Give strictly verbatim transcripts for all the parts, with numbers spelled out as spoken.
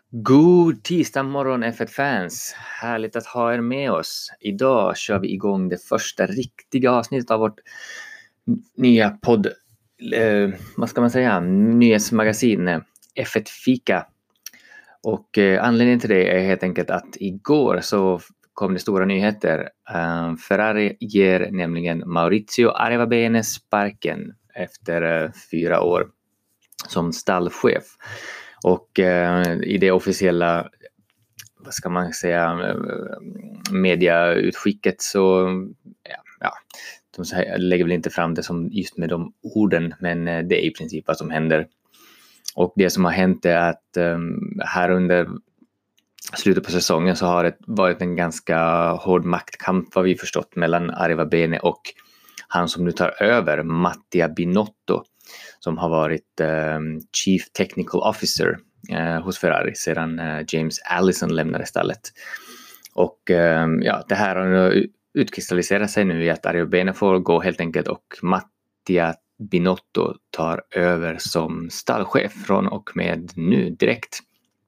God tisdag morgon F ett-fans! Härligt att ha er med oss. Idag kör vi igång det första riktiga avsnittet av vårt nya podd, eh, vad ska man säga, nyhetsmagasin F ett-fika. Och eh, anledningen till det är helt enkelt att igår så kom det stora nyheter. Uh, Ferrari ger nämligen Maurizio Arrivabene sparken efter uh, fyra år som stallchef. Och eh, i det officiella, vad ska man säga, mediautskicket så, ja, ja, de lägger väl inte fram det som just med de orden, men det är i princip vad som händer. Och det som har hänt är att eh, här under slutet på säsongen så har det varit en ganska hård maktkamp, vad vi förstått, mellan Arrivabene och han som nu tar över, Mattia Binotto, som har varit eh, Chief Technical Officer eh, hos Ferrari sedan eh, James Allison lämnade stallet. Och eh, ja, det här har utkristalliserat sig nu i att Arrivabene får gå helt enkelt och Mattia Binotto tar över som stallchef från och med nu direkt.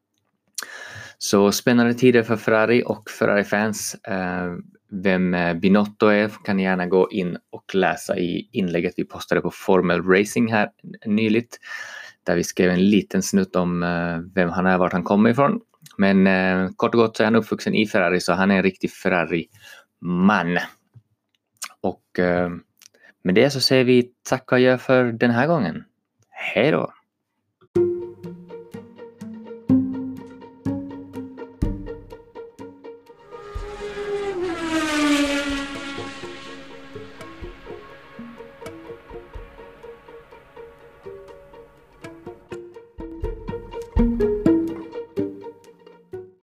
Så spännande tider för Ferrari och Ferrari-fans. Eh, vem Binotto är kan ni gärna gå in och läsa i inlägget vi postade på Formel Racing här nyligt. Där vi skrev en liten snutt om eh, vem han är, vart han kommer ifrån. Men eh, kort och gott så är han uppvuxen i Ferrari, så han är en riktig Ferrari-man. Och eh, med det så säger vi tack och adjö för den här gången. Hej då! Thank you.